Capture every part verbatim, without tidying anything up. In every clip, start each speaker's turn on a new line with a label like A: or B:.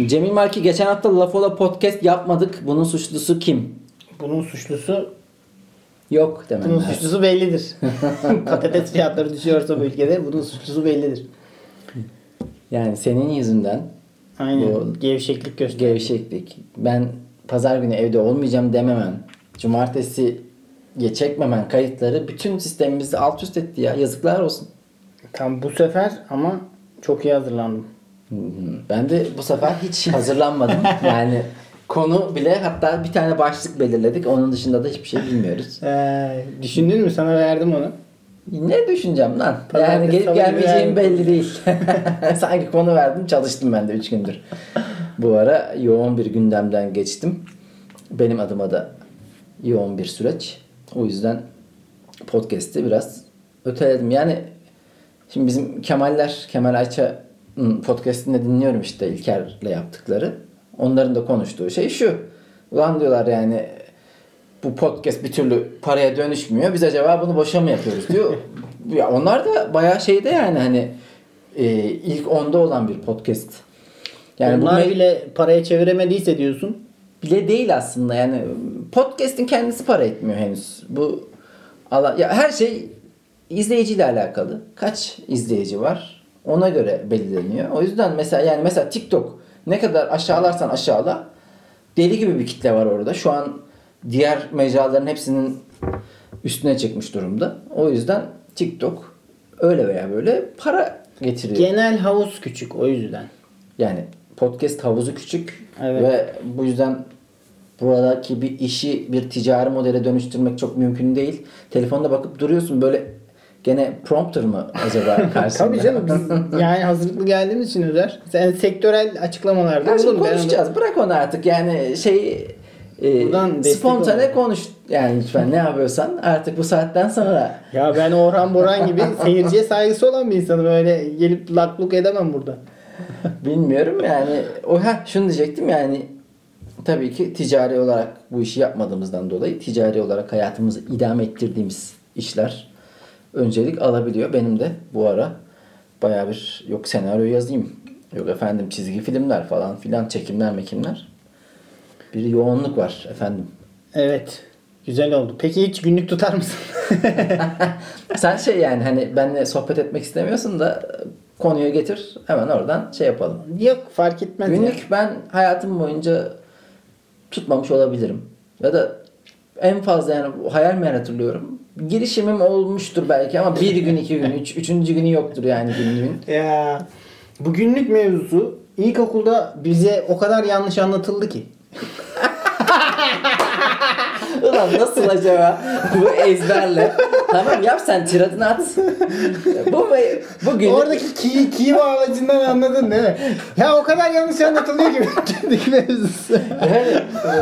A: Cemil Marki geçen hafta Lafola podcast yapmadık. Bunun suçlusu kim?
B: Bunun suçlusu
A: Yok demem
B: Bunun
A: lazım.
B: suçlusu bellidir. Patates fiyatları düşüyorsa bu ülkede bunun suçlusu bellidir.
A: Yani senin yüzünden
B: Aynen.
A: bu
B: Gevşeklik göster.
A: gevşeklik. Ben pazar günü evde olmayacağım dememen. Cumartesi çekmemen kayıtları bütün sistemimizi alt üst etti ya. Yazıklar olsun.
B: Tam bu sefer ama çok iyi hazırlandım.
A: Ben de bu sefer hiç hazırlanmadım. Yani konu bile, hatta bir tane başlık belirledik. Onun dışında da hiçbir şey bilmiyoruz.
B: Ee, düşündün mü? Sana verdim onu.
A: Ne düşüneceğim lan?
B: Pazartesi,
A: Yani gelip
B: salı
A: gelmeyeceğim
B: günü
A: belli değil. Sanki konu verdim, çalıştım ben de üç gündür. Bu ara yoğun bir gündemden geçtim. Benim adıma da yoğun bir süreç. O yüzden podcast'i biraz öteledim. Yani şimdi bizim Kemaller, Kemal Ayça'nın podcast'ini dinliyorum işte, İlker'le yaptıkları. Onların da konuştuğu şey şu. Ulan diyorlar yani bu podcast bir türlü paraya dönüşmüyor. Biz acaba bunu boşa mı yapıyoruz diyor. Ya onlar da bayağı şeyde yani hani e, ilk onda olan bir podcast. Yani
B: Onlar
A: bu me-
B: bile paraya çeviremediyse diyorsun.
A: bile değil aslında. Yani podcast'in kendisi para etmiyor henüz. Bu ala- ya her şey izleyiciyle alakalı. Kaç izleyici var? Ona göre belirleniyor. O yüzden mesela yani mesela TikTok ne kadar aşağılarsan aşağıla deli gibi bir kitle var orada. Şu an diğer mecraların hepsinin üstüne çıkmış durumda. O yüzden TikTok öyle veya böyle para getiriyor.
B: Genel havuz küçük o yüzden.
A: Yani podcast havuzu küçük
B: Evet.
A: ve bu yüzden buradaki bir işi bir ticari modele dönüştürmek çok mümkün değil. Telefonda bakıp duruyorsun böyle, gene prompter mı acaba karşında?
B: Tabii canım biz yani hazırlıklı geldiğimiz için Özer. Sen sektörel açıklamalarda
A: Ya şimdi
B: bulun. Ben
A: konuşacağız. Bırak onu artık. Yani şey e,
B: Buradan destek
A: spontane
B: olalım.
A: konuş. Yani lütfen ne yapıyorsan artık bu saatten sonra.
B: onu- Ya ben Orhan Boran gibi seyirciye saygısı olan bir insanım. Öyle gelip lakluk edemem burada.
A: Bilmiyorum yani. O ha şunu diyecektim yani, tabii ki ticari olarak bu işi yapmadığımızdan dolayı ticari olarak hayatımızı idame ettirdiğimiz işler öncelik alabiliyor. Benim de bu ara bayağı bir yok senaryo yazayım, yok efendim çizgi filmler falan filan, çekimler mekimler. Bir yoğunluk var efendim.
B: Evet. Güzel oldu. Peki hiç günlük tutar mısın?
A: Sen şey yani hani benimle sohbet etmek istemiyorsun da konuyu getir, hemen oradan şey yapalım.
B: Yok fark etmez. ya.
A: Günlük ben hayatım boyunca tutmamış olabilirim. Ya da en fazla yani hayal meyal hatırlıyorum. Girişimim olmuştur belki ama bir gün, iki gün, üç, üçüncü günü yoktur yani günlüğün.
B: Ya bu günlük mevzusu ilkokulda bize o kadar yanlış anlatıldı ki.
A: Ulan nasıl acaba bu ezberle? Tamam yap sen, tiradını at. Bu bu günlük...
B: Oradaki ki, ki bağlacından anladın değil mi? Ya o kadar yanlış anlatılıyor ki günlük mevzusu.
A: Yani,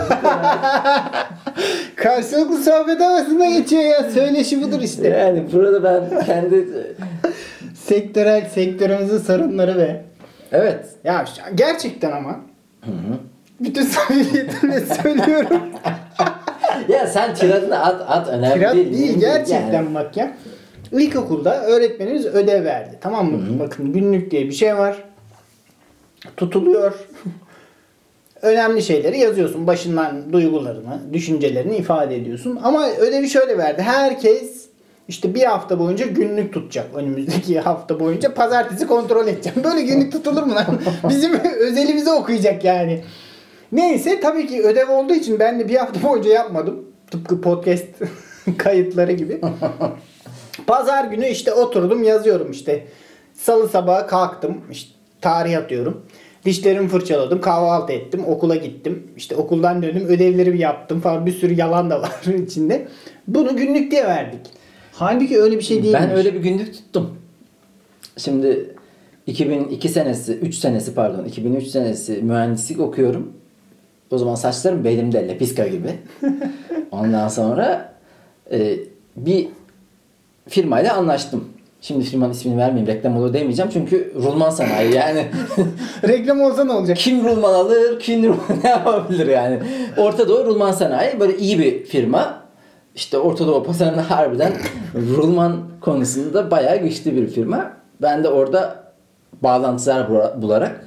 B: Karşılıklı sohbet havasında geçiyor ya. Söyleşi budur işte.
A: yani burada ben kendi...
B: Sektörel sektörümüzün sorunları be.
A: Evet.
B: Ya gerçekten ama. Hı hı. Bütün samimiyetimle söylüyorum.
A: Ya sen tiradını at at, önemli
B: Tirat
A: değil.
B: değil gerçekten
A: Yani.
B: bak ya. İlkokulda öğretmenimiz ödev verdi. Tamam mı? Hı-hı. Bakın günlük diye bir şey var. Tutuluyor. Önemli şeyleri yazıyorsun. Başından duygularını, düşüncelerini ifade ediyorsun. Ama ödevi şöyle verdi. Herkes işte bir hafta boyunca günlük tutacak. Önümüzdeki hafta boyunca pazartesi kontrol edeceğim. Böyle günlük tutulur mu lan? Bizim özelimizi okuyacak yani. Neyse tabii ki ödev olduğu için ben de bir hafta boyunca yapmadım. Tıpkı podcast kayıtları gibi. Pazar günü işte oturdum yazıyorum işte. Salı sabahı kalktım. İşte tarih atıyorum. Dişlerimi fırçaladım. Kahvaltı ettim. Okula gittim. İşte okuldan döndüm. Ödevlerimi yaptım falan. Bir sürü yalan da var içinde. Bunu günlük diye verdik. Halbuki öyle bir şey değilmiş.
A: Ben öyle bir günlük tuttum. Şimdi iki bin iki senesi, üç senesi pardon, iki bin üç senesi mühendislik okuyorum. O zaman saçlarım belimde, lepiska gibi. Ondan sonra e, bir firmayla anlaştım. Şimdi firmanın ismini vermeyeyim, reklam olur demeyeceğim çünkü rulman sanayi yani.
B: Reklam olsa ne olacak?
A: Kim rulman alır, kim rulman ne yapabilir yani. Orta Doğu Rulman Sanayi böyle iyi bir firma. İşte Orta Doğu pazarında harbiden rulman konusunda bayağı güçlü bir firma. Ben de orada bağlantılar bularak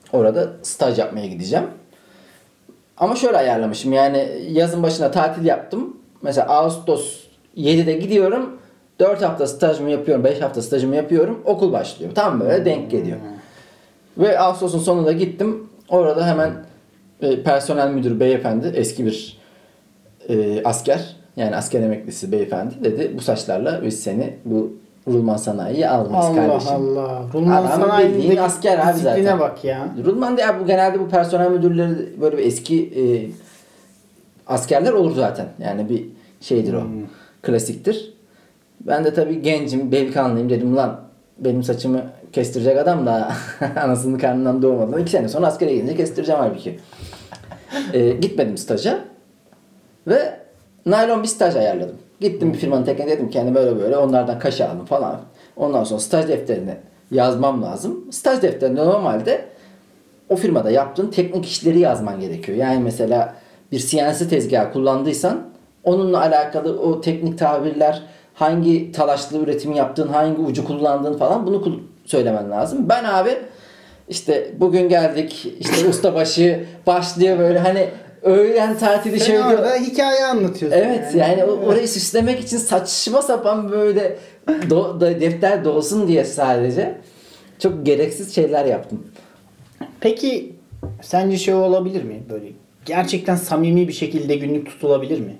A: Orada staj yapmaya gideceğim. Ama şöyle ayarlamışım yani yazın başına tatil yaptım. Mesela Ağustos yedide gidiyorum. dört hafta stajımı yapıyorum. beş hafta stajımı yapıyorum. Okul başlıyor. Tam böyle denk geliyor. Ve Ağustos'un sonunda gittim. Orada hemen e, personel müdürü beyefendi, eski bir e, asker, yani asker emeklisi beyefendi dedi bu saçlarla biz seni bu rulman sanayiye almayız
B: Allah
A: kardeşim.
B: Allah Allah. Rulman
A: Adamın
B: sanayindeki
A: bildiğin asker abi
B: disipline
A: zaten.
B: bak ya.
A: Rulman ya bu genelde bu personel müdürleri böyle bir eski e, askerler olur zaten. Yani bir şeydir o.
B: Hmm.
A: Klasiktir. Ben de tabii gencim, delikanlıyım dedim lan benim saçımı kestirecek adam da anasının karnından doğmadan iki sene sonra askere gidince kestireceğim halbuki. E, gitmedim staja ve naylon bir staj ayarladım. Gittim bir firmanın tekne dedim kendi böyle böyle onlardan kaşe aldım falan. Ondan sonra staj defterini yazmam lazım. Staj defterinde normalde o firmada yaptığın teknik işleri yazman gerekiyor. Yani mesela bir C N C tezgahı kullandıysan onunla alakalı o teknik tabirler, hangi talaşlı üretim yaptığın, hangi ucu kullandığın falan bunu kul- söylemen lazım. Ben abi işte bugün geldik işte ustabaşı başlıyor böyle hani öğlen tatili
B: Sen
A: şöyle
B: orada hikaye anlatıyorsun.
A: evet yani, yani orayı süslemek için saçma sapan böyle do, da, defter dolsun diye sadece çok gereksiz şeyler yaptım.
B: Peki sence şey olabilir mi? Böyle gerçekten samimi bir şekilde günlük tutulabilir mi?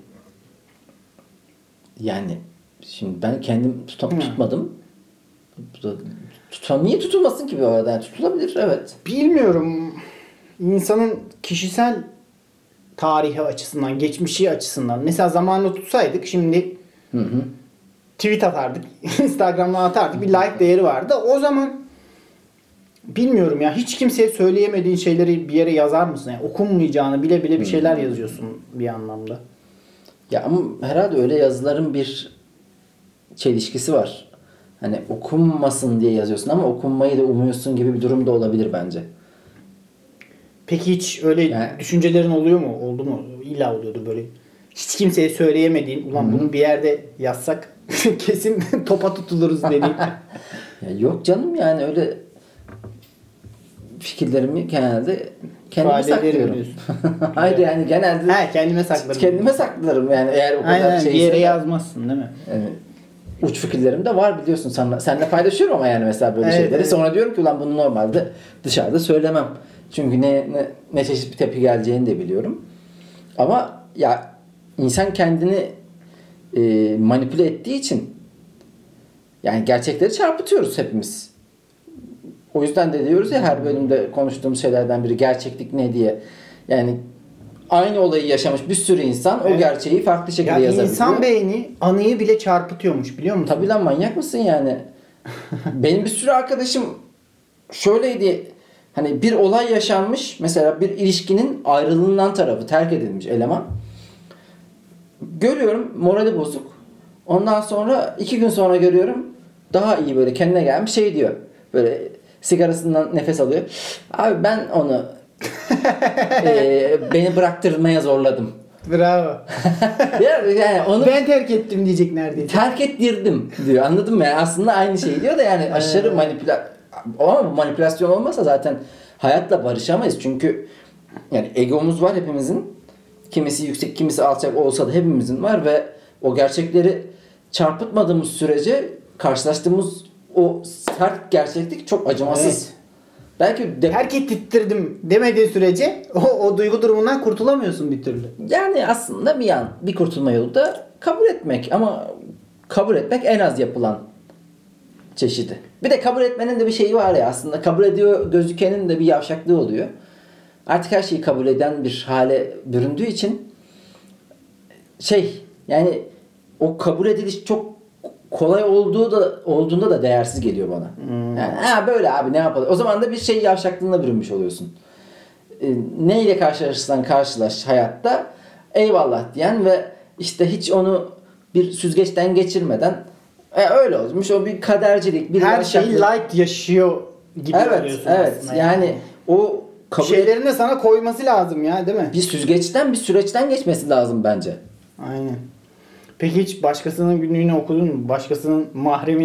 A: Yani şimdi ben kendim tutam,
B: Hmm.
A: tutmadım. Tutam, niye tutulmasın ki bir arada? Yani tutulabilir evet.
B: Bilmiyorum. İnsanın kişisel tarihi açısından, geçmişi açısından. Mesela zamanla tutsaydık şimdi
A: Hı hı.
B: tweet atardık. Instagram'dan atardık. Bir like değeri vardı. O zaman bilmiyorum ya. Hiç kimseye söyleyemediğin şeyleri bir yere yazar mısın? Yani okunmayacağını bile bile bir şeyler yazıyorsun bir anlamda.
A: Ya ama herhalde öyle yazıların bir çelişkisi var. Hani okunmasın diye yazıyorsun ama okunmayı da umuyorsun gibi bir durum da olabilir bence.
B: Peki hiç öyle
A: Yani-
B: düşüncelerin oluyor mu? Oldu mu? İlla oluyordu böyle. Hiç kimseye söyleyemediğin, ulan bunu bir yerde yazsak kesin topa tutuluruz dediğin.
A: Ya yok canım yani öyle fikirlerimi genelde kendime
B: İfade ederim
A: saklıyorum.
B: diyorsun.
A: Hayır yani genelde
B: He, kendime saklarım.
A: kendime saklarım yani eğer o kadar
B: Aynen,
A: şeyse
B: bir yere
A: de-
B: yazmazsın değil mi?
A: Yani uç fikirlerim de var biliyorsun. Seninle, seninle paylaşıyorum ama yani mesela böyle
B: Evet,
A: şeyleri.
B: evet.
A: Sonra diyorum ki ulan bunu normalde dışarıda söylemem. Çünkü ne, ne, ne çeşit bir tepki geleceğini de biliyorum. Ama ya insan kendini e, manipüle ettiği için yani gerçekleri çarpıtıyoruz hepimiz. O yüzden de diyoruz ya her bölümde konuştuğumuz şeylerden biri gerçeklik ne diye. Yani aynı olayı yaşamış bir sürü insan o
B: Evet.
A: gerçeği farklı şekilde
B: Ya
A: yazabiliyor.
B: insan beyni anıyı bile çarpıtıyormuş biliyor musun?
A: Tabii lan manyak mısın yani? Benim bir sürü arkadaşım şöyleydi. Hani bir olay yaşanmış. Mesela bir ilişkinin ayrılığından tarafı terk edilmiş eleman. Görüyorum morali bozuk. Ondan sonra iki gün sonra görüyorum daha iyi böyle kendine gelmiş şey diyor. Böyle sigarasından nefes alıyor. Abi ben onu e, beni bıraktırmaya zorladım.
B: Bravo.
A: Ya yani onu
B: Ben terk ettim diyecek neredeyse.
A: terk ettirdim diyor. Anladın mı? Yani aslında aynı şey diyor da yani aşırı manipüla ama bu manipülasyon olmasa zaten hayatla barışamayız. Çünkü yani egomuz var hepimizin. Kimisi yüksek, kimisi alçak olsa da hepimizin var ve o gerçekleri çarpıtmadığımız sürece karşılaştığımız o sert gerçeklik çok acımasız.
B: Evet.
A: Belki de,
B: Terk ettirdim demediği sürece o, o duygu durumundan kurtulamıyorsun bir türlü.
A: yani aslında bir yan bir kurtulma yolu da kabul etmek ama kabul etmek en az yapılan çeşidi. Bir de kabul etmenin de bir şeyi var ya aslında kabul ediyor gözükenin de bir yavşaklığı oluyor. Artık her şeyi kabul eden bir hale büründüğü için şey yani o kabul ediliş çok kolay olduğu da olduğunda da değersiz geliyor bana.
B: Hmm.
A: Yani ha böyle abi ne yapalım. O zaman da bir şey yavşaklığına bürünmüş oluyorsun. Ee, neyle karşılaşırsan karşılaş hayatta eyvallah diyen ve işte hiç onu bir süzgeçten geçirmeden e, öyle olmuş. O bir kadercilik, bir
B: Her şeyi
A: yavşaklık.
B: light yaşıyor gibi
A: Evet,
B: oluyorsun
A: evet.
B: aslında.
A: Yani o
B: Bir
A: kabul
B: şeylerin de sana koyması lazım ya değil mi?
A: bir süzgeçten bir süreçten geçmesi lazım bence.
B: Aynen. Peki hiç başkasının günlüğünü okudun mu? Başkasının mahremine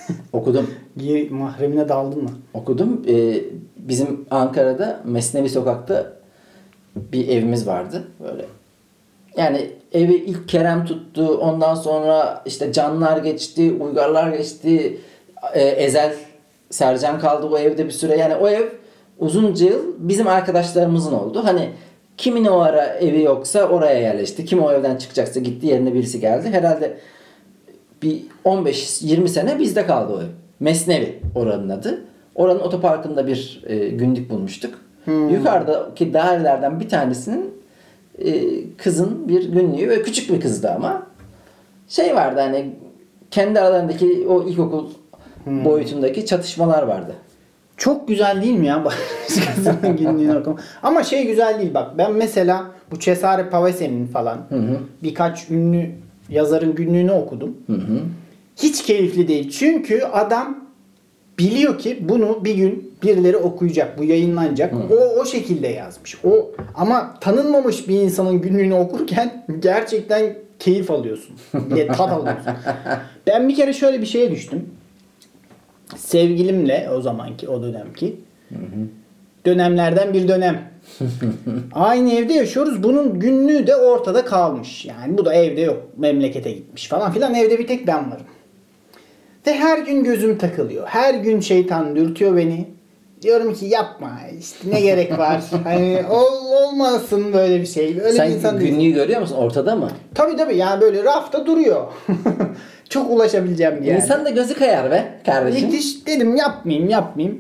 A: Okudum.
B: Gir, mahremine daldın mı?
A: Okudum. Ee, bizim Ankara'da Mesnevi Sokak'ta bir evimiz vardı. Böyle. Yani evi ilk Kerem tuttu. Ondan sonra işte Canlar geçti, Uygarlar geçti. Ee, Ezel, Sercan kaldı o evde bir süre. Yani o ev uzunca yıl bizim arkadaşlarımızın oldu. Hani kimin o ara evi yoksa oraya yerleşti. Kim o evden çıkacaksa gitti, yerine birisi geldi. Herhalde bir on beş yirmi sene bizde kaldı o ev. Mesnevi oranın adı. Oranın otoparkında bir e, günlük bulmuştuk. Hmm. Yukarıdaki dairelerden bir tanesinin e, kızın bir günlüğü ve küçük bir kızdı ama şey vardı, hani kendi aralarındaki o ilkokul hmm. boyutundaki çatışmalar vardı.
B: Çok güzel değil mi ya? Kızının günlüğünü okuma. Ama şey güzel değil bak. Ben mesela bu Cesare Pavesa'nın falan hı hı. birkaç ünlü yazarın günlüğünü okudum. Hı hı. Hiç keyifli değil. Çünkü adam biliyor ki bunu bir gün birileri okuyacak. Bu yayınlanacak. Hı. O o şekilde yazmış. O ama tanınmamış bir insanın günlüğünü okurken gerçekten keyif alıyorsun. Tat alıyorsun. Ben bir kere şöyle bir şeye düştüm. Sevgilimle o zamanki o dönemki hı hı. dönemlerden bir dönem. Aynı evde yaşıyoruz. Bunun günlüğü de ortada kalmış. Yani bu da evde yok. Memlekete gitmiş falan filan. Evde bir tek ben varım. Ve her gün gözüm takılıyor. Her gün şeytan dürtüyor beni. Diyorum ki yapma. İşte ne gerek var? Hani ol, olmasın böyle bir şey. Öyle
A: sen
B: bir insan
A: günlüğü
B: değilsin.
A: Görüyor musun? Ortada mı?
B: Tabii tabii. Yani böyle rafta duruyor. Çok ulaşabileceğim bir yer.
A: İnsan da gözü kayar be kardeşim.
B: Müthiş. Dedim yapmayayım yapmayayım.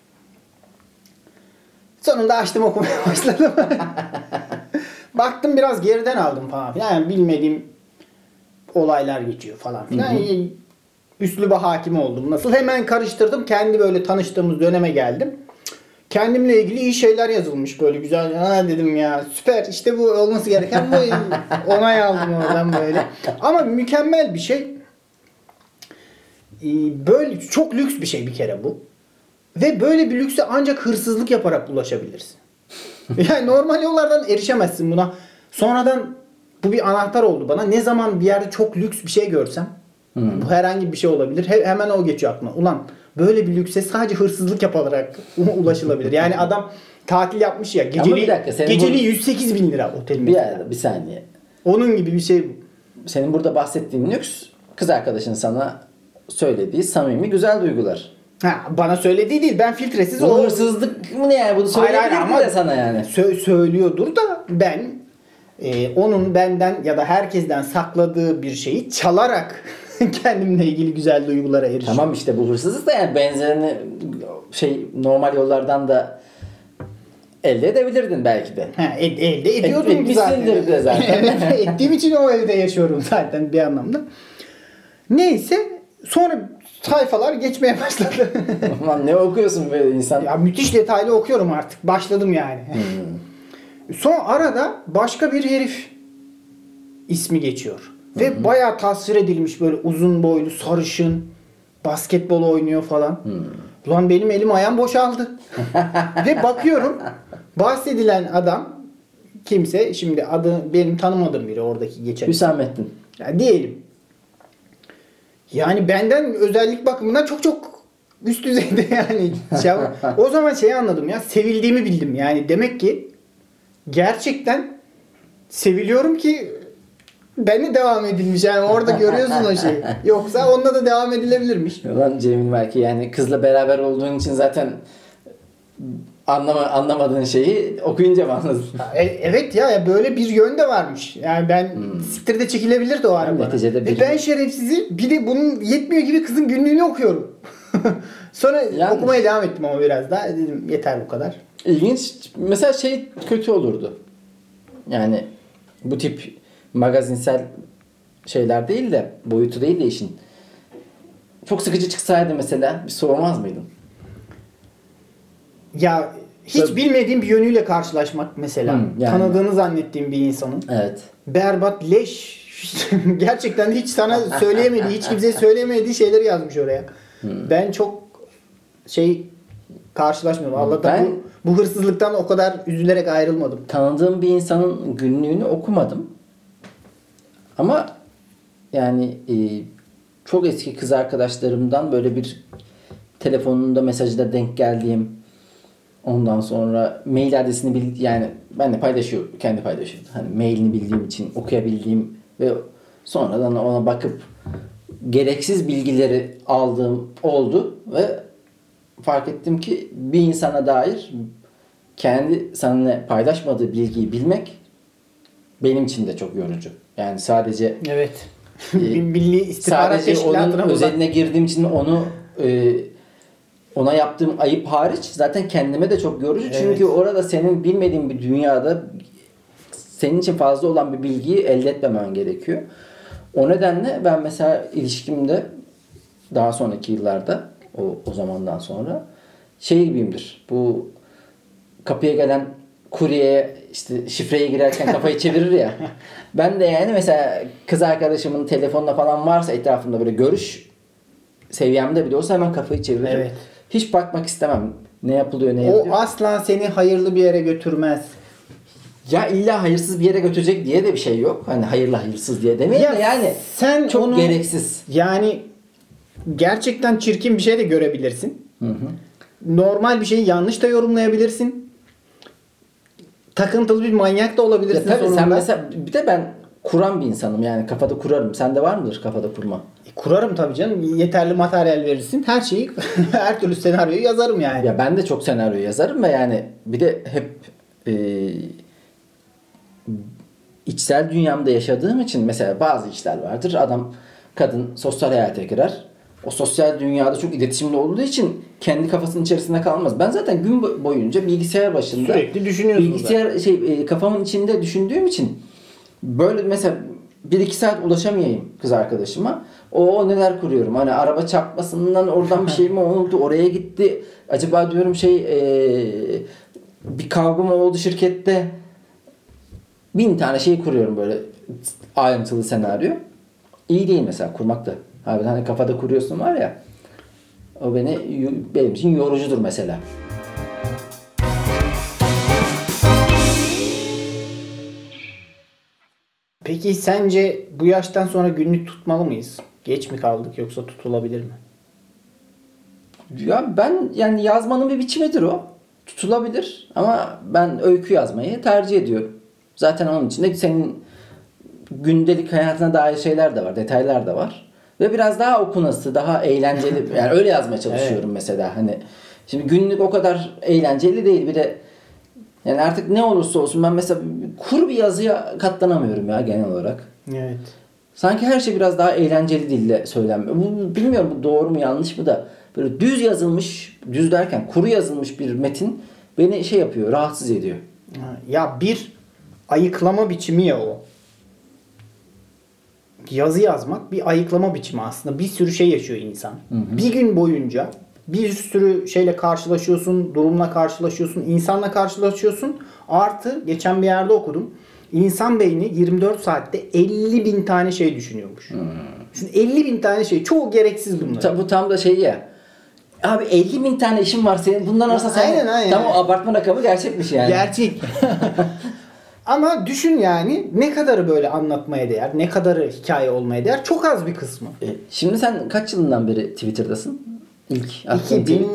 B: Sonunda açtım, okumaya başladım. Baktım biraz geriden aldım falan filan. Yani bilmediğim olaylar geçiyor falan filan. Hı hı. Üsluba hakim oldum. Nasıl? Hemen karıştırdım. Kendi böyle tanıştığımız döneme geldim. Kendimle ilgili iyi şeyler yazılmış böyle güzel. Ha dedim ya süper, işte bu olması gereken bu. Onay aldım oradan böyle. Ama mükemmel bir şey. Böyle çok lüks bir şey bir kere bu. Ve böyle bir lükse ancak hırsızlık yaparak ulaşabilirsin. Yani normal yollardan erişemezsin buna. Sonradan bu bir anahtar oldu bana. Ne zaman bir yerde çok lüks bir şey görsem, hmm. bu herhangi bir şey olabilir. He, hemen o geçiyor aklıma. Ulan böyle bir lükse sadece hırsızlık yapılarak ulaşılabilir. Yani adam tatil yapmış ya. Geceli, dakika, geceli bu... yüz sekiz bin lira otel mesela.
A: Bir, bir saniye.
B: Onun gibi bir şey bu.
A: Senin burada bahsettiğin lüks, kız arkadaşın sana söylediği samimi güzel duygular.
B: Ha, bana söylediği değil. Ben filtresiz
A: o hırsızlık mı ne yani? Bunu söyleyebilir de sana yani.
B: Sö- söylüyordur da ben e, onun benden ya da herkesten sakladığı bir şeyi çalarak kendimle ilgili güzel duygulara erişiyorum.
A: Tamam işte bu hırsızlık da yani benzerini şey normal yollardan da elde edebilirdin belki de.
B: Ha, ed- elde ediyordum
A: Et, zaten. De zaten.
B: Ettiğim için o evde yaşıyorum zaten bir anlamda. Neyse sonra sayfalar geçmeye başladı.
A: Aman ne okuyorsun böyle insan?
B: Ya müthiş detaylı okuyorum artık. Başladım yani. Hmm. Son arada başka bir herif ismi geçiyor. Ve hmm. bayağı tasvir edilmiş böyle uzun boylu, sarışın, basketbol oynuyor falan. Hmm. Ulan benim elim ayağım boşaldı. Ve bakıyorum bahsedilen adam kimse, şimdi adı benim tanımadığım biri oradaki geçen.
A: Hüsamettin.
B: Ya diyelim. Yani benden özellik bakımından çok çok üst düzeyde yani. O zaman şeyi anladım ya, sevildiğimi bildim. Yani demek ki gerçekten seviliyorum ki beni devam edilmiş. Yani orada görüyorsun o şeyi. Yoksa onunla da devam edilebilirmiş.
A: Ulan Cemil belki yani kızla beraber olduğun için zaten anlama, anlamadığın şeyi okuyunca mı anladın?
B: E, evet ya, böyle bir yön de varmış. Yani ben hmm. siktir de çekilebilirdi o ara bana.
A: Bir...
B: E ben şerefsizi bir de bunun yetmiyor gibi kızın günlüğünü okuyorum. Sonra yanlış. Okumaya devam ettim ama biraz daha. Dedim yeter bu kadar.
A: İlginç. Mesela şey kötü olurdu. Yani bu tip magazinsel şeyler değil de, boyutu değil de işin. Çok sıkıcı çıksaydı mesela bir soğumaz mıydın?
B: Ya hiç Tabii. bilmediğim bir yönüyle karşılaşmak mesela. Hmm, yani. Tanıdığını zannettiğim bir insanın.
A: Evet.
B: Berbat, leş. Gerçekten hiç sana söyleyemediği, hiç kimseye söyleyemediği şeyleri yazmış oraya. Hmm. Ben çok şey karşılaşmıyorum. Allah'tan ben, bu, bu hırsızlıktan o kadar üzülerek ayrılmadım.
A: Tanıdığım bir insanın günlüğünü okumadım. Ama yani e, çok eski kız arkadaşlarımdan böyle bir telefonunda mesajda denk geldiğim, ondan sonra mail adresini bil, yani ben de paylaşıyor, kendi paylaşıyordu. Hani mailini bildiğim için okuyabildiğim ve sonradan ona bakıp gereksiz bilgileri aldığım oldu ve fark ettim ki bir insana dair kendi seninle paylaşmadığı bilgiyi bilmek benim için de çok yorucu. Yani sadece
B: Evet.
A: e,
B: Milli İstihbarat
A: sadece onun
B: Teşkilatı'na
A: özeline girdiğim için onu e, ona yaptığım ayıp hariç zaten kendime de çok yorucu.
B: Evet.
A: Çünkü orada senin bilmediğin bir dünyada senin için fazla olan bir bilgiyi elde etmemen gerekiyor. O nedenle ben mesela ilişkimde daha sonraki yıllarda o, o zamandan sonra şey gibiyimdir. Bu kapıya gelen kuryeye işte şifreye girerken kafayı çevirir ya. Ben de yani mesela kız arkadaşımın telefonla falan varsa etrafımda böyle görüş seviyemde bile olsa hemen kafayı çeviririm.
B: Evet.
A: Hiç bakmak istemem. Ne yapılıyor, ne
B: O
A: yapılıyor.
B: asla seni hayırlı bir yere götürmez.
A: Ya illa hayırsız bir yere götürecek diye de bir şey yok. Hani hayırlı hayırsız diye demeyin de yani
B: sen
A: çok
B: onu,
A: gereksiz.
B: Yani gerçekten çirkin bir şey de görebilirsin.
A: Hı hı.
B: Normal bir şeyi yanlış da yorumlayabilirsin. Takıntılı bir manyak da
A: Ya
B: olabilirsin
A: tabii
B: sonunda.
A: sen mesela bir de ben kuran bir insanım yani kafada kurarım. Sende var mıdır kafada kurma?
B: E, kurarım tabii canım. Yeterli materyal verirsin. Her şeyi, her türlü senaryoyu yazarım yani.
A: Ya ben de çok senaryo yazarım ve yani bir de hep e, içsel dünyamda yaşadığım için mesela bazı işler vardır. Adam, kadın sosyal hayata girer. O sosyal dünyada çok iletişimli olduğu için kendi kafasının içerisinde kalmaz. Ben zaten gün bo- boyunca bilgisayar başında
B: Sürekli düşünüyorsun
A: bilgisayar şey e, kafamın içinde düşündüğüm için böyle mesela bir iki saat ulaşamayayım kız arkadaşıma. O neler kuruyorum. Hani araba çarpmasından oradan bir şey mi oldu? Oraya gitti. Acaba diyorum şey e, bir kavga mı oldu şirkette? Bin tane şey kuruyorum böyle ayrıntılı senaryo. İyi değil mesela kurmak da. Abi hani kafada kuruyorsun var ya. O beni benim için yorucudur mesela.
B: Peki sence bu yaştan sonra günlük tutmalı mıyız? Geç mi kaldık yoksa tutulabilir mi?
A: Ya ben yani yazmanın bir biçimidir o. Tutulabilir ama ben öykü yazmayı tercih ediyorum. Zaten onun içinde senin gündelik hayatına dair şeyler de var, detaylar da var. Ve biraz daha okunası, daha eğlenceli. Yani öyle yazmaya çalışıyorum evet. Mesela. Hani şimdi günlük o kadar eğlenceli değil. Bir de yani artık ne olursa olsun ben mesela kuru bir yazıya katlanamıyorum ya genel olarak.
B: Evet.
A: Sanki her şey biraz daha eğlenceli dille söylenmiyor. Bu, bilmiyorum bu doğru mu yanlış mı da böyle düz yazılmış, düz derken kuru yazılmış bir metin beni şey yapıyor, rahatsız ediyor.
B: Ya bir ayıklama biçimi ya o. Yazı yazmak bir ayıklama biçimi aslında. Bir sürü şey yaşıyor insan. Hı hı. Bir gün boyunca bir sürü şeyle karşılaşıyorsun, durumla karşılaşıyorsun, insanla karşılaşıyorsun. Artı geçen bir yerde okudum. İnsan beyni yirmi dört saatte elli bin tane şey düşünüyormuş. Hmm. Şimdi elli bin tane şey. Çoğu gereksiz bunlar.
A: Ta, bu tam da şey ya. Abi elli bin tane işin var senin. Bundan olsa sen
B: aynen, aynen.
A: tam o abartma rakamı gerçekmiş yani.
B: Gerçek. Ama düşün yani ne kadarı böyle anlatmaya değer, ne kadarı hikaye olmaya değer. Çok az bir kısmı.
A: E, şimdi sen kaç yılından beri Twitter'dasın? İlk
B: iki bin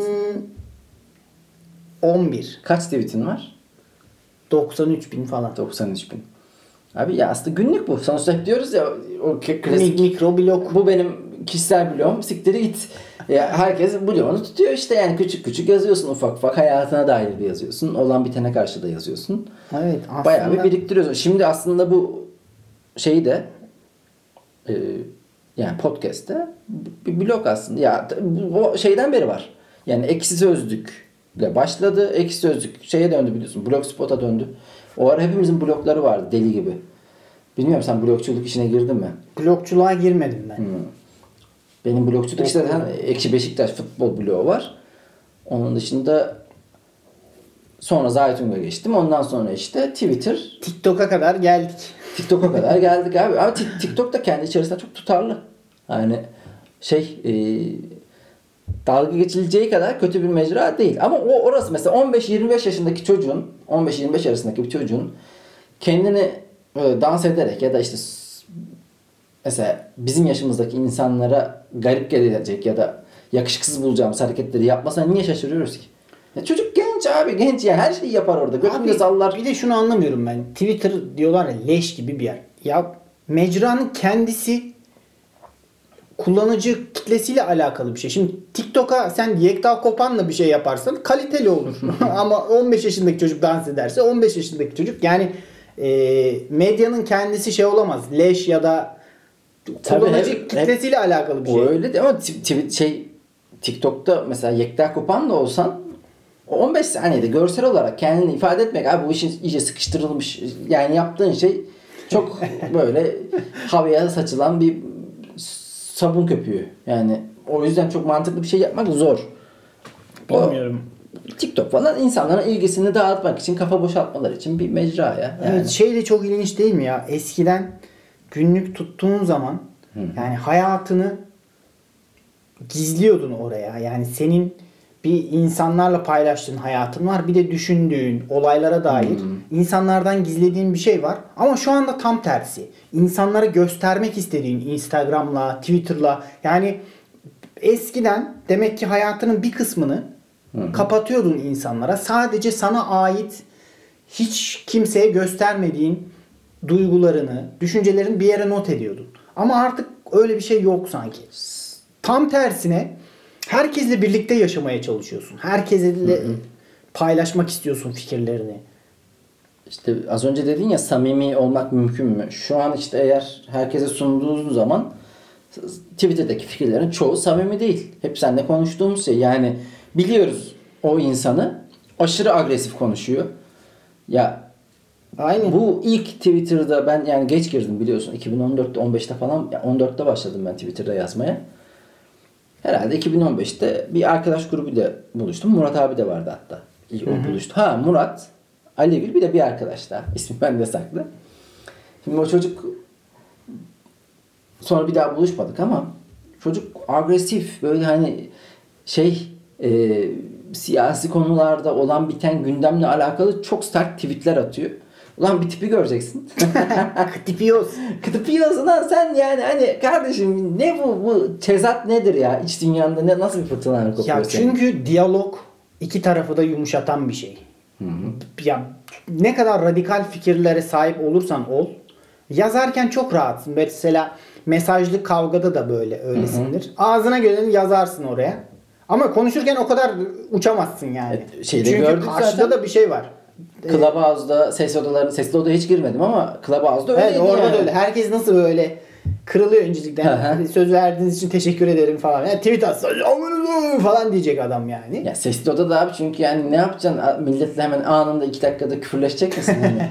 B: on bir.
A: Kaç tweetin var?
B: doksan üç bin falan.
A: doksan üç bin. Abi ya aslında günlük bu. Sonuçta hep diyoruz ya o klasik.
B: Mikro blog.
A: Bu benim kişisel blogum. Siktiri git. Ya herkes blogunu tutuyor işte yani küçük küçük yazıyorsun ufak ufak. Hayatına dair bir yazıyorsun. Olan bitene karşı da yazıyorsun.
B: Evet aslında.
A: Bayağı bir biriktiriyorsun. Şimdi aslında bu şeyi de e, yani podcast'te bir blog aslında. Ya bu şeyden beri var. Yani Ekşi Sözlük'le başladı. Ekşi Sözlük şeye döndü biliyorsun. Blogspot'a döndü. O ara hepimizin blogları vardı deli gibi. Bilmiyorum sen blogçuluk işine girdin mi?
B: Blogçuluğa girmedim ben. Hmm.
A: Benim blogçuluk işte zaten Ekşi Beşiktaş futbol blogu var. Onun dışında sonra Zaytung'a geçtim. Ondan sonra işte Twitter.
B: TikTok'a kadar geldik.
A: TikTok'a kadar geldik abi. Ama TikTok da kendi içerisinde çok tutarlı. Yani şey e, dalga geçileceği kadar kötü bir mecra değil. Ama o orası mesela on beş yirmi beş yaşındaki çocuğun on beş yirmi beş arasındaki bir çocuğun kendini e, dans ederek ya da işte mesela bizim yaşımızdaki insanlara garip gelecek ya da yakışıksız bulacağımız hareketleri yapmasa niye şaşırıyoruz ki? Ya çocuk genç abi, genç ya, her şeyi yapar orada. Götünde sallar.
B: Bir de şunu anlamıyorum ben. Twitter diyorlar ya, leş gibi bir yer. Ya mecranın kendisi kullanıcı kitlesiyle alakalı bir şey. Şimdi TikTok'a sen Yekta Kopan'la bir şey yaparsan kaliteli olur. Ama on beş yaşındaki çocuk dans ederse on beş yaşındaki çocuk, yani e, medyanın kendisi şey olamaz. Leş ya da kullanıcı
A: hep,
B: kitlesiyle hep, alakalı bir şey.
A: O öyle de ama t- şey TikTok'ta mesela Yekta Kopan da olsan on beş saniyede görsel olarak kendini ifade etmek, abi bu işin iyice sıkıştırılmış, yani yaptığın şey çok böyle havaya saçılan bir sabun köpüğü. Yani o yüzden çok mantıklı bir şey yapmak zor.
B: Bilmiyorum.
A: O, TikTok falan insanların ilgisini dağıtmak için, kafa boşaltmaları için bir mecra ya. Yani.
B: Evet, şey de çok ilginç değil mi ya? Eskiden günlük tuttuğun zaman Hı. yani hayatını gizliyordun oraya. Yani senin bir insanlarla paylaştığın hayatın var. Bir de düşündüğün olaylara dair hmm. insanlardan gizlediğin bir şey var. Ama şu anda tam tersi. İnsanlara göstermek istediğin Instagram'la, Twitter'la, yani eskiden demek ki hayatının bir kısmını hmm. kapatıyordun insanlara. Sadece sana ait, hiç kimseye göstermediğin duygularını, düşüncelerini bir yere not ediyordun. Ama artık öyle bir şey yok sanki. Tam tersine herkesle birlikte yaşamaya çalışıyorsun. Herkesle hı hı. paylaşmak istiyorsun fikirlerini.
A: İşte az önce dedin ya, samimi olmak mümkün mü? Şu an işte eğer herkese sunduğun zaman Twitter'daki fikirlerin çoğu samimi değil. Hep seninle konuştuğumuz şey. Yani biliyoruz o insanı aşırı agresif konuşuyor. Ya aynen. Bu ilk Twitter'da ben yani geç girdim biliyorsun. iki bin on dörtte on beşte falan, on dörtte başladım ben Twitter'da yazmaya. Herhalde iki bin on beşte bir arkadaş grubuyla buluştum. Murat abi de vardı hatta. İlk o buluştu. Ha Murat, Ali Gül, bir de bir arkadaş daha. İsmi bende saklı. Şimdi o çocuk, sonra bir daha buluşmadık ama çocuk agresif, böyle hani şey e, siyasi konularda olan biten gündemle alakalı çok sert tweetler atıyor. Ulan bir tipi göreceksin.
B: Kıtıpıyoruz.
A: Kıtıpıyorsun lan sen, yani hani kardeşim ne bu bu tezat nedir ya? İç dünyanda ne, nasıl bir fırtınalar kopuyor
B: ya
A: senin?
B: Çünkü diyalog iki tarafı da yumuşatan bir şey.
A: Hı hı.
B: Ya ne kadar radikal fikirlere sahip olursan ol, yazarken çok rahatsın. Mesela mesajlı kavgada da böyle öylesindir. Hı hı. Ağzına geleni yazarsın oraya. Ama konuşurken o kadar uçamazsın yani.
A: E, şeyde
B: Çünkü karşıda zaten da bir şey var.
A: Clubhouse'da ses odaları, sesli odaya hiç girmedim ama Clubhouse'da öyleydi.
B: Evet, orada
A: yani.
B: da öyle. Herkes nasıl böyle kırılıyor önceden. Söz verdiğiniz için teşekkür ederim falan. Yani tweet atsa falan diyecek adam yani.
A: Ya sesli odada abi, çünkü yani ne yapacaksın? Milletle hemen anında iki dakikada küfürleşecek misin? Yani?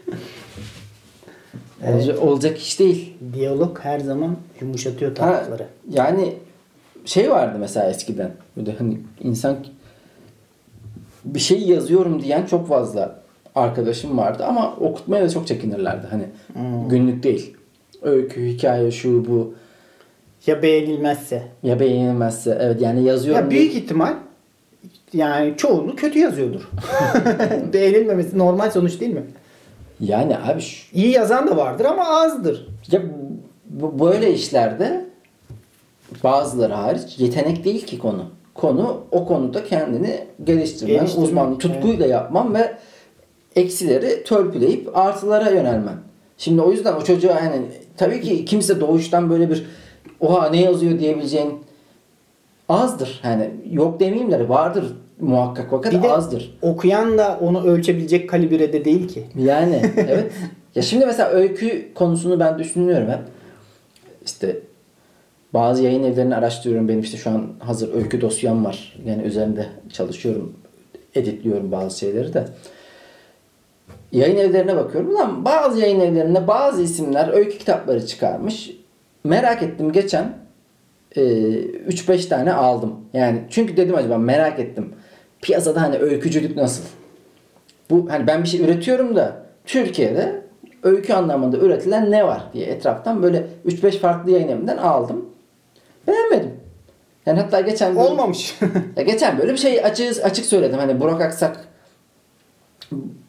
A: evet. olacak, olacak iş değil.
B: Diyalog her zaman yumuşatıyor tarafları.
A: Ha, yani şey vardı mesela eskiden. Böyle hani insan bir şey yazıyorum diyen çok fazla arkadaşım vardı ama okutmaya da çok çekinirlerdi. Hani hmm. günlük değil. Öykü, hikaye, şu bu.
B: Ya beğenilmezse.
A: Ya beğenilmezse. Evet, yani yazıyorum.
B: Ya büyük diye... ihtimal yani çoğunluğu kötü yazıyordur. Beğenilmemesi normal sonuç değil mi?
A: Yani abi şu...
B: İyi yazan da vardır ama azdır.
A: Ya bu, böyle işlerde bazıları hariç yetenek değil ki konu. Konu o konuda kendini geliştirmen, uzman tutkuyla evet. yapman ve eksileri törpüleyip artılara yönelmen. Şimdi o yüzden o çocuğa yani tabii ki kimse doğuştan böyle bir oha ne yazıyor diyebileceğin azdır. Yani yok demeyeyim de vardır muhakkak, fakat
B: bir de
A: azdır.
B: Okuyan da onu ölçebilecek kalibrede değil ki.
A: Yani evet. Ya şimdi mesela öykü konusunu ben düşünüyorum hep. İşte bazı yayın evlerini araştırıyorum. Benim işte şu an hazır öykü dosyam var. Yani üzerinde çalışıyorum. Editliyorum bazı şeyleri de. Yayın evlerine bakıyorum. Ulan bazı yayın evlerinde bazı isimler öykü kitapları çıkarmış. Merak ettim geçen. üç beş tane aldım. Yani çünkü dedim acaba merak ettim. Piyasada hani öykücülük nasıl? Bu hani ben bir şey üretiyorum da Türkiye'de öykü anlamında üretilen ne var diye etraftan böyle üç beş farklı yayın evinden aldım. Beğenmedim. Yani hatta geçen
B: olmamış.
A: ya geçen böyle bir şey açık açık söyledim. Hani Burak Aksak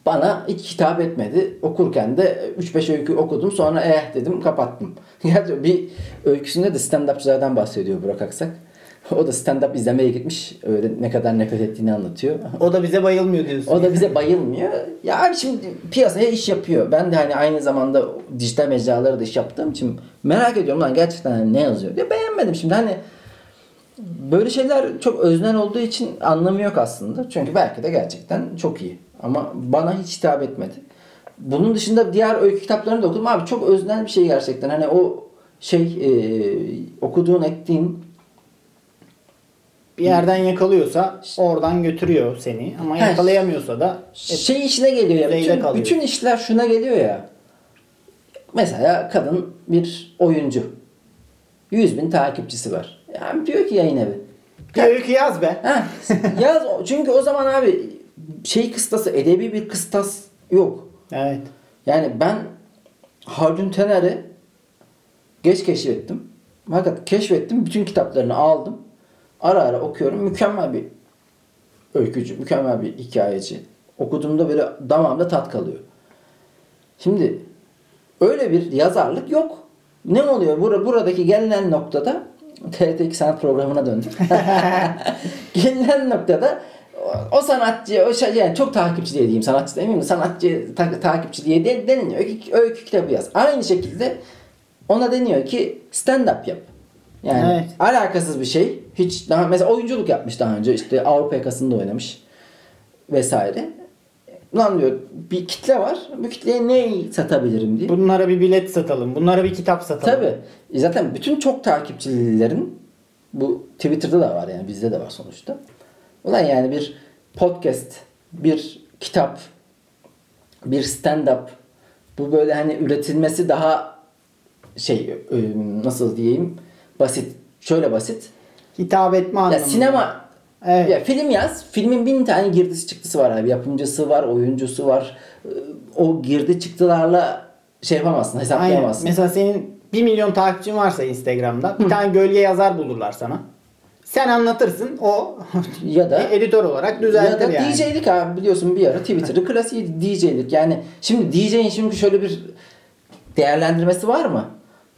A: Bana hiç hitap etmedi. Okurken de üç beş öykü okudum. Sonra eh dedim kapattım. Gerçi bir öyküsünde de stand-upçılardan bahsediyor Burak Aksak. O da stand-up izlemeye gitmiş. Öyle ne kadar nefret ettiğini anlatıyor.
B: O da bize bayılmıyor diyorsun.
A: O da bize bayılmıyor. Ya abi şimdi piyasaya iş yapıyor. Ben de hani aynı zamanda dijital mecralarda da iş yaptığım için merak ediyorum lan gerçekten hani ne yazıyor diye. Beğenmedim şimdi hani böyle şeyler çok öznel olduğu için anlamı yok aslında. Çünkü belki de gerçekten çok iyi. Ama bana hiç hitap etmedi. Bunun dışında diğer öykü kitaplarını da okudum. Abi çok öznel bir şey gerçekten. Hani o şey e, okuduğun ettiğin
B: bir yerden yakalıyorsa oradan götürüyor seni. Ama yakalayamıyorsa da
A: şey işine geliyor ya. Bütün,
B: kalıyor.
A: bütün işler şuna geliyor ya. Mesela kadın bir oyuncu. yüz bin takipçisi var. Yani diyor ki yayın evi.
B: Bir öykü yaz be.
A: Heh, yaz. Çünkü o zaman abi şey kıstası, edebi bir kıstas yok.
B: Evet.
A: Yani ben Haldun Taner'i geç keşfettim. Fakat keşfettim. Bütün kitaplarını aldım. Ara ara okuyorum. Mükemmel bir öykücü, mükemmel bir hikayeci. Okuduğumda böyle damağımda tat kalıyor. Şimdi öyle bir yazarlık yok. Ne oluyor? Bur buradaki gelinen noktada T R T iki sanat programına döndüm. Gelinen noktada o sanatçı, o şey, yani çok takipçi diye diyeyim, sanatçı demeyeyim de sanatçı ta takipçi diye de, deniliyor ki öykü kitabı yaz. Aynı şekilde ona deniyor ki stand up yap. Yani
B: evet.
A: Alakasız bir şey. Hiç daha mesela oyunculuk yapmış daha önce. İşte Avrupa Yakası'nda oynamış vesaire. Lan diyor bir kitle var. Bu kitleye ne satabilirim diye.
B: Bunlara bir bilet satalım. Bunlara bir kitap satalım.
A: Tabii. Zaten bütün çok takipçililerin bu Twitter'da da var yani bizde de var sonuçta. Ulan yani bir podcast, bir kitap, bir stand-up bu böyle hani üretilmesi daha şey nasıl diyeyim basit. Şöyle basit.
B: Hitap etme anlamında.
A: Ya sinema
B: evet.
A: Ya film yaz. Filmin bin tane girdisi çıktısı var abi. Yapımcısı var, oyuncusu var. O girdi çıktılarla şey yapamazsın, hesaplayamazsın.
B: Aynen. Mesela senin bir milyon takipçin varsa Instagram'da bir Hı. tane gölge yazar bulurlar sana. Sen anlatırsın, o
A: ya da
B: editör olarak düzeltir
A: yani. Ya da
B: yani.
A: D J'lik abi biliyorsun bir ara Twitter'ı klasiği D J'lik. Yani şimdi D J'in şimdi şöyle bir değerlendirmesi var mı?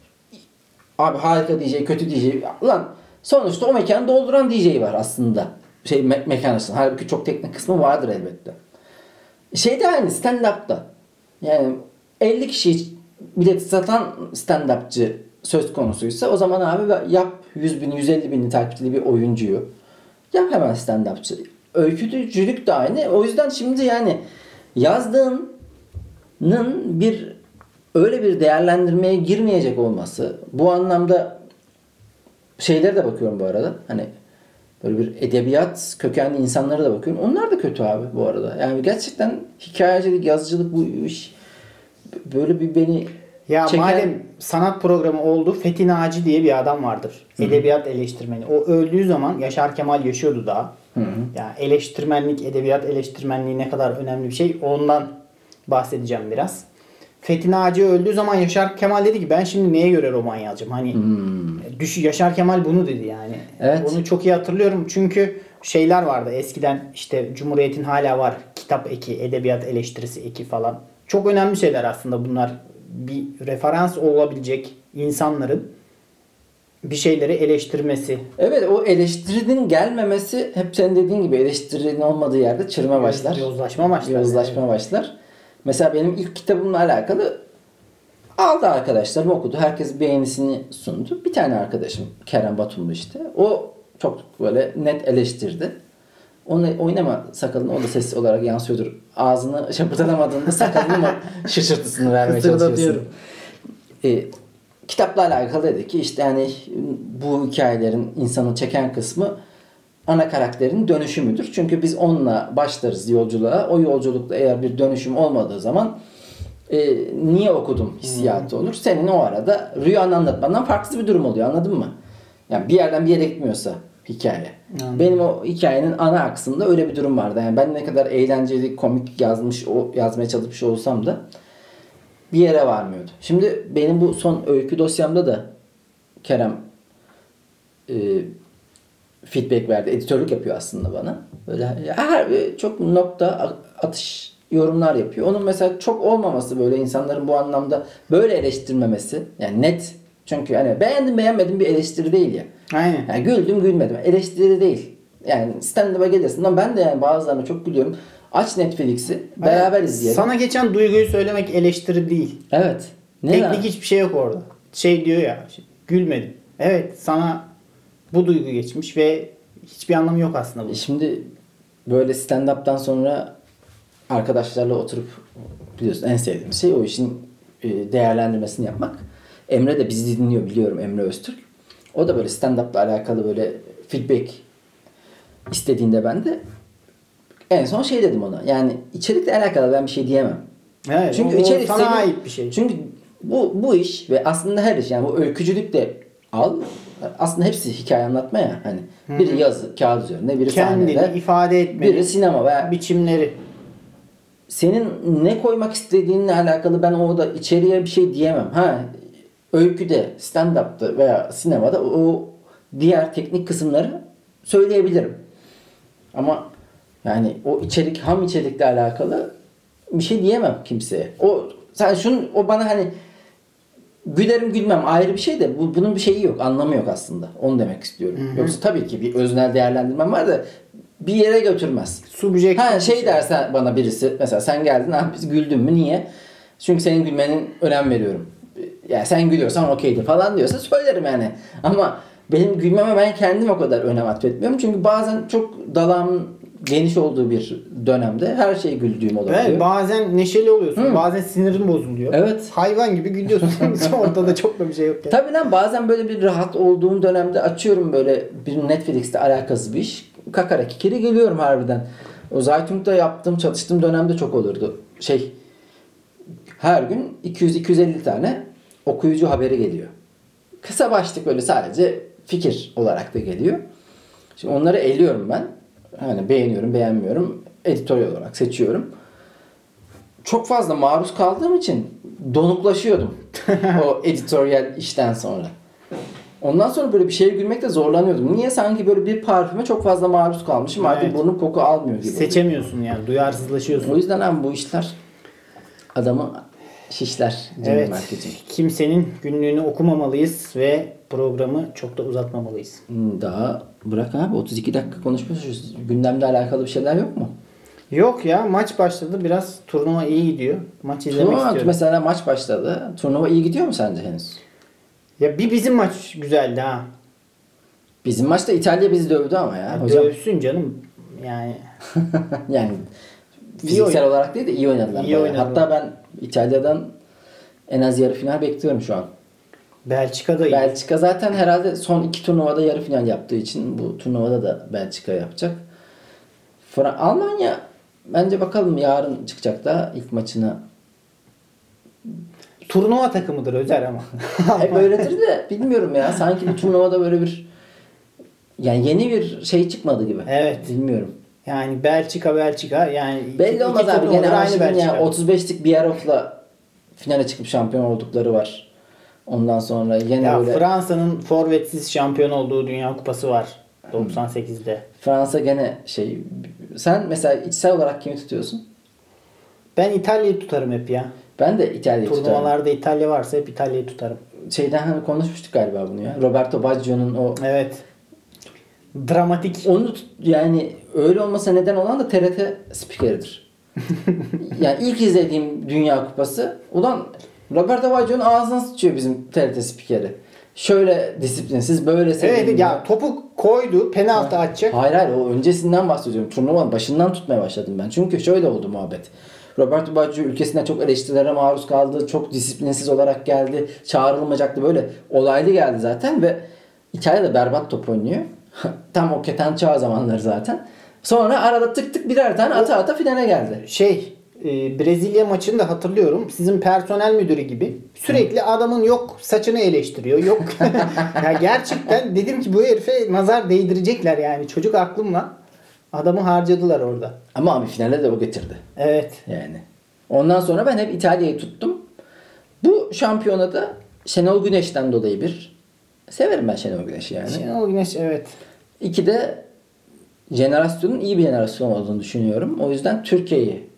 A: Abi harika D J, kötü D J. Ulan sonuçta o mekanı dolduran D J var aslında. Şey me mekan açısından. Halbuki çok teknik kısmı vardır elbette. Şey de aynı stand-up'ta. Yani elli kişi bilet satan stand-upçı söz konusuysa o zaman abi yap yüz bin, yüz elli bin takipçili bir oyuncuyu. Yap hemen stand-upçı. Öykücülük de aynı. O yüzden şimdi yani yazdığının bir öyle bir değerlendirmeye girmeyecek olması, bu anlamda şeylere de bakıyorum bu arada. Hani böyle bir edebiyat kökenli insanlara da bakıyorum. Onlar da kötü abi bu arada. Yani gerçekten hikayecilik, yazıcılık bu iş böyle bir beni
B: ya
A: çeken...
B: madem sanat programı oldu, Fethi Naci diye bir adam vardır. Hı-hı. Edebiyat eleştirmeni. O öldüğü zaman Yaşar Kemal yaşıyordu daha. Hı-hı. Yani eleştirmenlik, edebiyat eleştirmenliği ne kadar önemli bir şey. Ondan bahsedeceğim biraz. Fethi Naci öldüğü zaman Yaşar Kemal dedi ki ben şimdi neye göre roman yazacağım? Hani hmm. düş Yaşar Kemal bunu dedi yani.
A: Evet.
B: Onu çok iyi hatırlıyorum. Çünkü şeyler vardı eskiden işte Cumhuriyet'in hala var kitap eki, edebiyat eleştirisi eki falan. Çok önemli şeyler aslında bunlar. Bir referans olabilecek insanların bir şeyleri eleştirmesi.
A: Evet, o eleştirinin gelmemesi hep senin dediğin gibi eleştirinin olmadığı yerde çırma başlar.
B: Yozlaşma başlar.
A: Yozlaşma evet. başlar. Mesela benim ilk kitabımla alakalı aldı arkadaşlarım okudu. Herkes beğenisini sundu. Bir tane arkadaşım Kerem Batumlu işte. O çok böyle net eleştirdi. Onu oynama sakalını, o da sessiz olarak yansıyordur. Ağzını şapırdanamadığında sakalını mı şaşırtısını vermeye çalışıyorsun. E, kitapla alakalı dedi ki işte yani bu hikayelerin insanı çeken kısmı ana karakterin dönüşümüdür. Çünkü biz onunla başlarız yolculuğa. O yolculukta eğer bir dönüşüm olmadığı zaman e, niye okudum hissiyatı olur. Senin o arada rüyanı anlatmandan farklı bir durum oluyor. Anladın mı? Yani bir yerden bir yere gitmiyorsa hikaye. Anladım. Benim o hikayenin ana aksında öyle bir durum vardı. Yani ben ne kadar eğlenceli, komik yazmış, o yazmaya çalışmış olsam da bir yere varmıyordu. Şimdi benim bu son öykü dosyamda da Kerem e, feedback verdi. Editörlük yapıyor aslında bana. Böyle her çok nokta atış yorumlar yapıyor. Onun mesela çok olmaması, böyle insanların bu anlamda böyle eleştirmemesi. Yani net. Çünkü hani beğendim beğenmedim bir eleştiri değil ya.
B: Aynen.
A: Yani güldüm gülmedim. Eleştiri değil. Yani stand-up'a gelirsin. Lan ben de yani bazılarına çok gülüyorum. Aç Netflix'i. Beraber izleyelim.
B: Sana geçen duyguyu söylemek eleştiri değil.
A: Evet. Ne
B: Teknik
A: lan?
B: hiçbir şey yok orada. Şey diyor ya, şey, gülmedim. Evet, sana bu duygu geçmiş ve hiçbir anlamı yok aslında bu.
A: Şimdi böyle stand-up'tan sonra arkadaşlarla oturup, biliyorsun en sevdiğim şey o işin e, değerlendirmesini yapmak. Emre de bizi dinliyor, biliyorum, Emre Öztürk. O da böyle stand-up'la alakalı böyle feedback istediğinde ben de en son şey dedim ona. Yani içerikle alakalı ben bir şey diyemem.
B: Evet,
A: Çünkü
B: o, o
A: içerik
B: sana
A: senin,
B: ait bir şey.
A: Çünkü bu bu iş ve aslında her iş, yani bu öykücülük de al. Aslında hepsi hikaye anlatma ya. Hani biri yazı, kağıt üzerinde, biri
B: Kendini
A: sahnede,
B: ifade etmeni,
A: biri sinema veya
B: biçimleri.
A: senin ne koymak istediğinle alakalı ben orada içeriye bir şey diyemem. Ha, öyküde, stand-up'ta veya sinemada o diğer teknik kısımları söyleyebilirim. Ama yani o içerik, ham içerikle alakalı bir şey diyemem kimseye. O sen şunu, o bana hani gülerim gülmem ayrı bir şey de bu, bunun bir şeyi yok, anlamı yok aslında. Onu demek istiyorum.
B: Hı hı.
A: Yoksa tabii ki bir öznel değerlendirmem var da bir yere götürmez.
B: Subjektif
A: Ha
B: bir
A: şey
B: şey.
A: dersen bana birisi, mesela sen geldin abi biz güldün mü, niye? Çünkü senin gülmenin önem veriyorum. Yani sen gülüyorsan okeydir falan diyorsa söylerim yani. Ama benim gülmeme ben kendim o kadar önem atfetmiyorum. Çünkü bazen çok dalağımın geniş olduğu bir dönemde her şeye güldüğüm olabiliyor.
B: Evet, bazen neşeli oluyorsun.
A: Hı.
B: Bazen sinirin bozuluyor.
A: Evet.
B: Hayvan gibi gülüyorsun. Ortada çok da bir şey yok. Yani.
A: Tabii lan, bazen böyle bir rahat olduğum dönemde açıyorum böyle bir Netflix'te alakasız bir iş. Kakara kikiri geliyorum harbiden. O Zaytung'da yaptığım, çalıştığım dönemde çok olurdu. Şey, her gün iki yüz iki yüz elli tane okuyucu haberi geliyor. Kısa başlık, böyle sadece fikir olarak da geliyor. Şimdi onları eliyorum ben. Hani beğeniyorum, beğenmiyorum. Editörel olarak seçiyorum. Çok fazla maruz kaldığım için donuklaşıyordum o editoryal işten sonra. Ondan sonra böyle bir şeye gülmekte zorlanıyordum. Niye? Sanki böyle bir parfüme çok fazla maruz kalmışım.
B: Evet.
A: Artık burnum koku almıyor gibi.
B: Seçemiyorsun yani. Duyarsızlaşıyorsun.
A: O yüzden abi bu işler adamı şişler.
B: Evet.
A: Marketing.
B: Kimsenin günlüğünü okumamalıyız ve programı çok da uzatmamalıyız.
A: Daha bırak abi, otuz iki dakika konuşmuşuz. Gündemle alakalı bir şeyler yok mu?
B: Yok ya, maç başladı. Biraz turnuva iyi gidiyor. Maç izlemek
A: Turnuva,
B: istiyorum.
A: mesela maç başladı. Turnuva iyi gidiyor mu sence henüz?
B: Ya bir bizim maç güzeldi ha.
A: Bizim maçta İtalya bizi dövdü ama ya.
B: Ya
A: Hocam.
B: dövsün canım. Yani
A: Yani fiziksel
B: oyun-
A: olarak değil de iyi oynadılar.
B: İyi
A: bayağı.
B: oynadılar.
A: Hatta ben İtalya'dan en az yarı final bekliyorum şu an.
B: Belçika'da iyi.
A: Belçika zaten herhalde son iki turnuvada yarı final yaptığı için bu turnuvada da Belçika yapacak. Fra- Almanya bence bakalım, yarın çıkacak da ilk maçına.
B: Turnuva takımıdır Özer ama.
A: Hep öyledir de bilmiyorum ya. Sanki bu turnuvada böyle bir, yani yeni bir şey çıkmadı gibi.
B: Evet.
A: Bilmiyorum.
B: Yani Belçika Belçika yani
A: Belli
B: iki-
A: olmaz
B: iki
A: abi.
B: turnuvadır
A: Gene
B: aynı
A: aynı
B: Belçika.
A: ya, otuz beşlik Biarrov'la finale çıkıp şampiyon oldukları var. Ondan sonra yine
B: Ya
A: böyle
B: Fransa'nın forvetsiz şampiyon olduğu Dünya Kupası var doksan sekizde.
A: Fransa gene şey. Sen mesela içsel olarak kimi tutuyorsun?
B: Ben İtalya'yı tutarım hep ya.
A: Ben de İtalya'yı tutarım.
B: Turnuvalarda İtalya varsa hep İtalya'yı tutarım.
A: Şeyden hani konuşmuştuk galiba bunu ya. Roberto Baggio'nun o,
B: Evet. Dramatik.
A: onu tut- yani öyle olmasa neden olan da T R T spikeridir. Yani ilk izlediğim Dünya Kupası, ulan Roberto Baggio'nun ağzına sıçıyor bizim T R T spikeri. Şöyle disiplinsiz, böyle sevdiğim.
B: Evet ya, topu koydu, penaltı atacak.
A: Hayır hayır, o öncesinden bahsediyorum. Turnuvanın başından tutmaya başladım ben. Çünkü şöyle oldu muhabbet. Roberto Baggio ülkesinde çok eleştirilere maruz kaldı. Çok disiplinsiz olarak geldi. Çağrılmayacaktı. Böyle olaylı geldi zaten ve İtalya'da berbat top oynuyor. Tam o keten çağ zamanları zaten. Sonra arada tık tık birer tane ata ata finale geldi.
B: Şey, e, Brezilya maçını da hatırlıyorum. Sizin personel müdürü gibi. Sürekli adamın yok saçını eleştiriyor. Yok. Ya gerçekten dedim ki bu herife nazar değdirecekler yani. Çocuk aklımla adamı harcadılar orada.
A: Ama abi finale de o getirdi.
B: Evet.
A: Yani. Ondan sonra ben hep İtalya'yı tuttum. Bu şampiyonada Şenol Güneş'ten dolayı bir, severim ben Şenol Güneş'i yani.
B: Şenol Güneş, evet.
A: İki de jenerasyonun iyi bir jenerasyon olduğunu düşünüyorum. O yüzden Türkiye'yi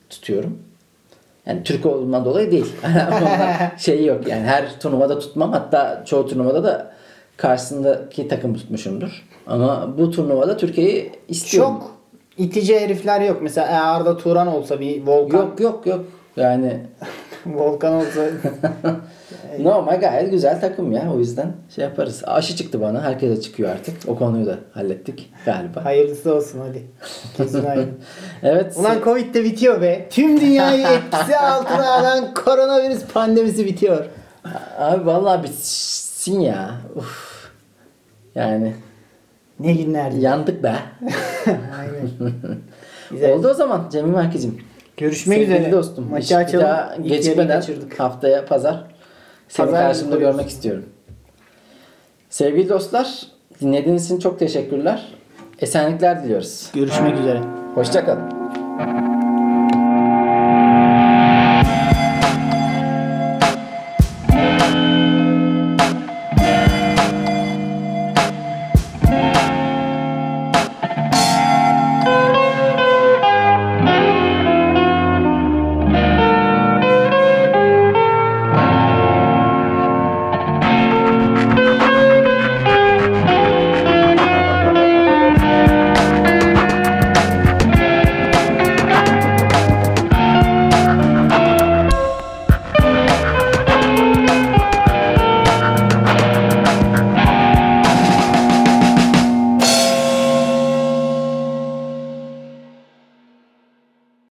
A: tutuyorum. Yani Türk olduğumdan dolayı değil. Ondan şey yok yani her turnuvada tutmam. Hatta çoğu turnuvada da karşısındaki takım tutmuşumdur. Ama bu turnuvada Türkiye'yi istiyorum.
B: Çok itici herifler yok. Mesela eğer Arda Turan olsa bir Volkan.
A: Yok yok yok. Yani
B: Volkan olsa.
A: normal gayet güzel takım ya. O yüzden şey yaparız. Aşı çıktı bana. Herkese çıkıyor artık. O konuyu da hallettik galiba.
B: Hayırlısı olsun hadi. Kesin hayırlı.
A: Evet.
B: Ulan Covid de bitiyor be. Tüm dünyayı etkisi altına alan koronavirüs pandemisi bitiyor.
A: Abi vallahi bitsin ya. Uf. Yani
B: Ne günlerdi.
A: yandık be.
B: Aynen. Güzel.
A: Oldu o zaman Cemil Merkez'im.
B: Görüşmek
A: Sevgili
B: üzere.
A: dostum.
B: Maçı
A: Bir
B: açalım.
A: daha
B: İlk yarıyı
A: gecikmeden
B: kaçırdık.
A: haftaya pazar seni
B: Pazar
A: karşımda
B: buluyoruz.
A: görmek istiyorum. Sevgili dostlar, dinlediğiniz için çok teşekkürler. Esenlikler diliyoruz.
B: Görüşmek üzere.
A: Hoşça kalın.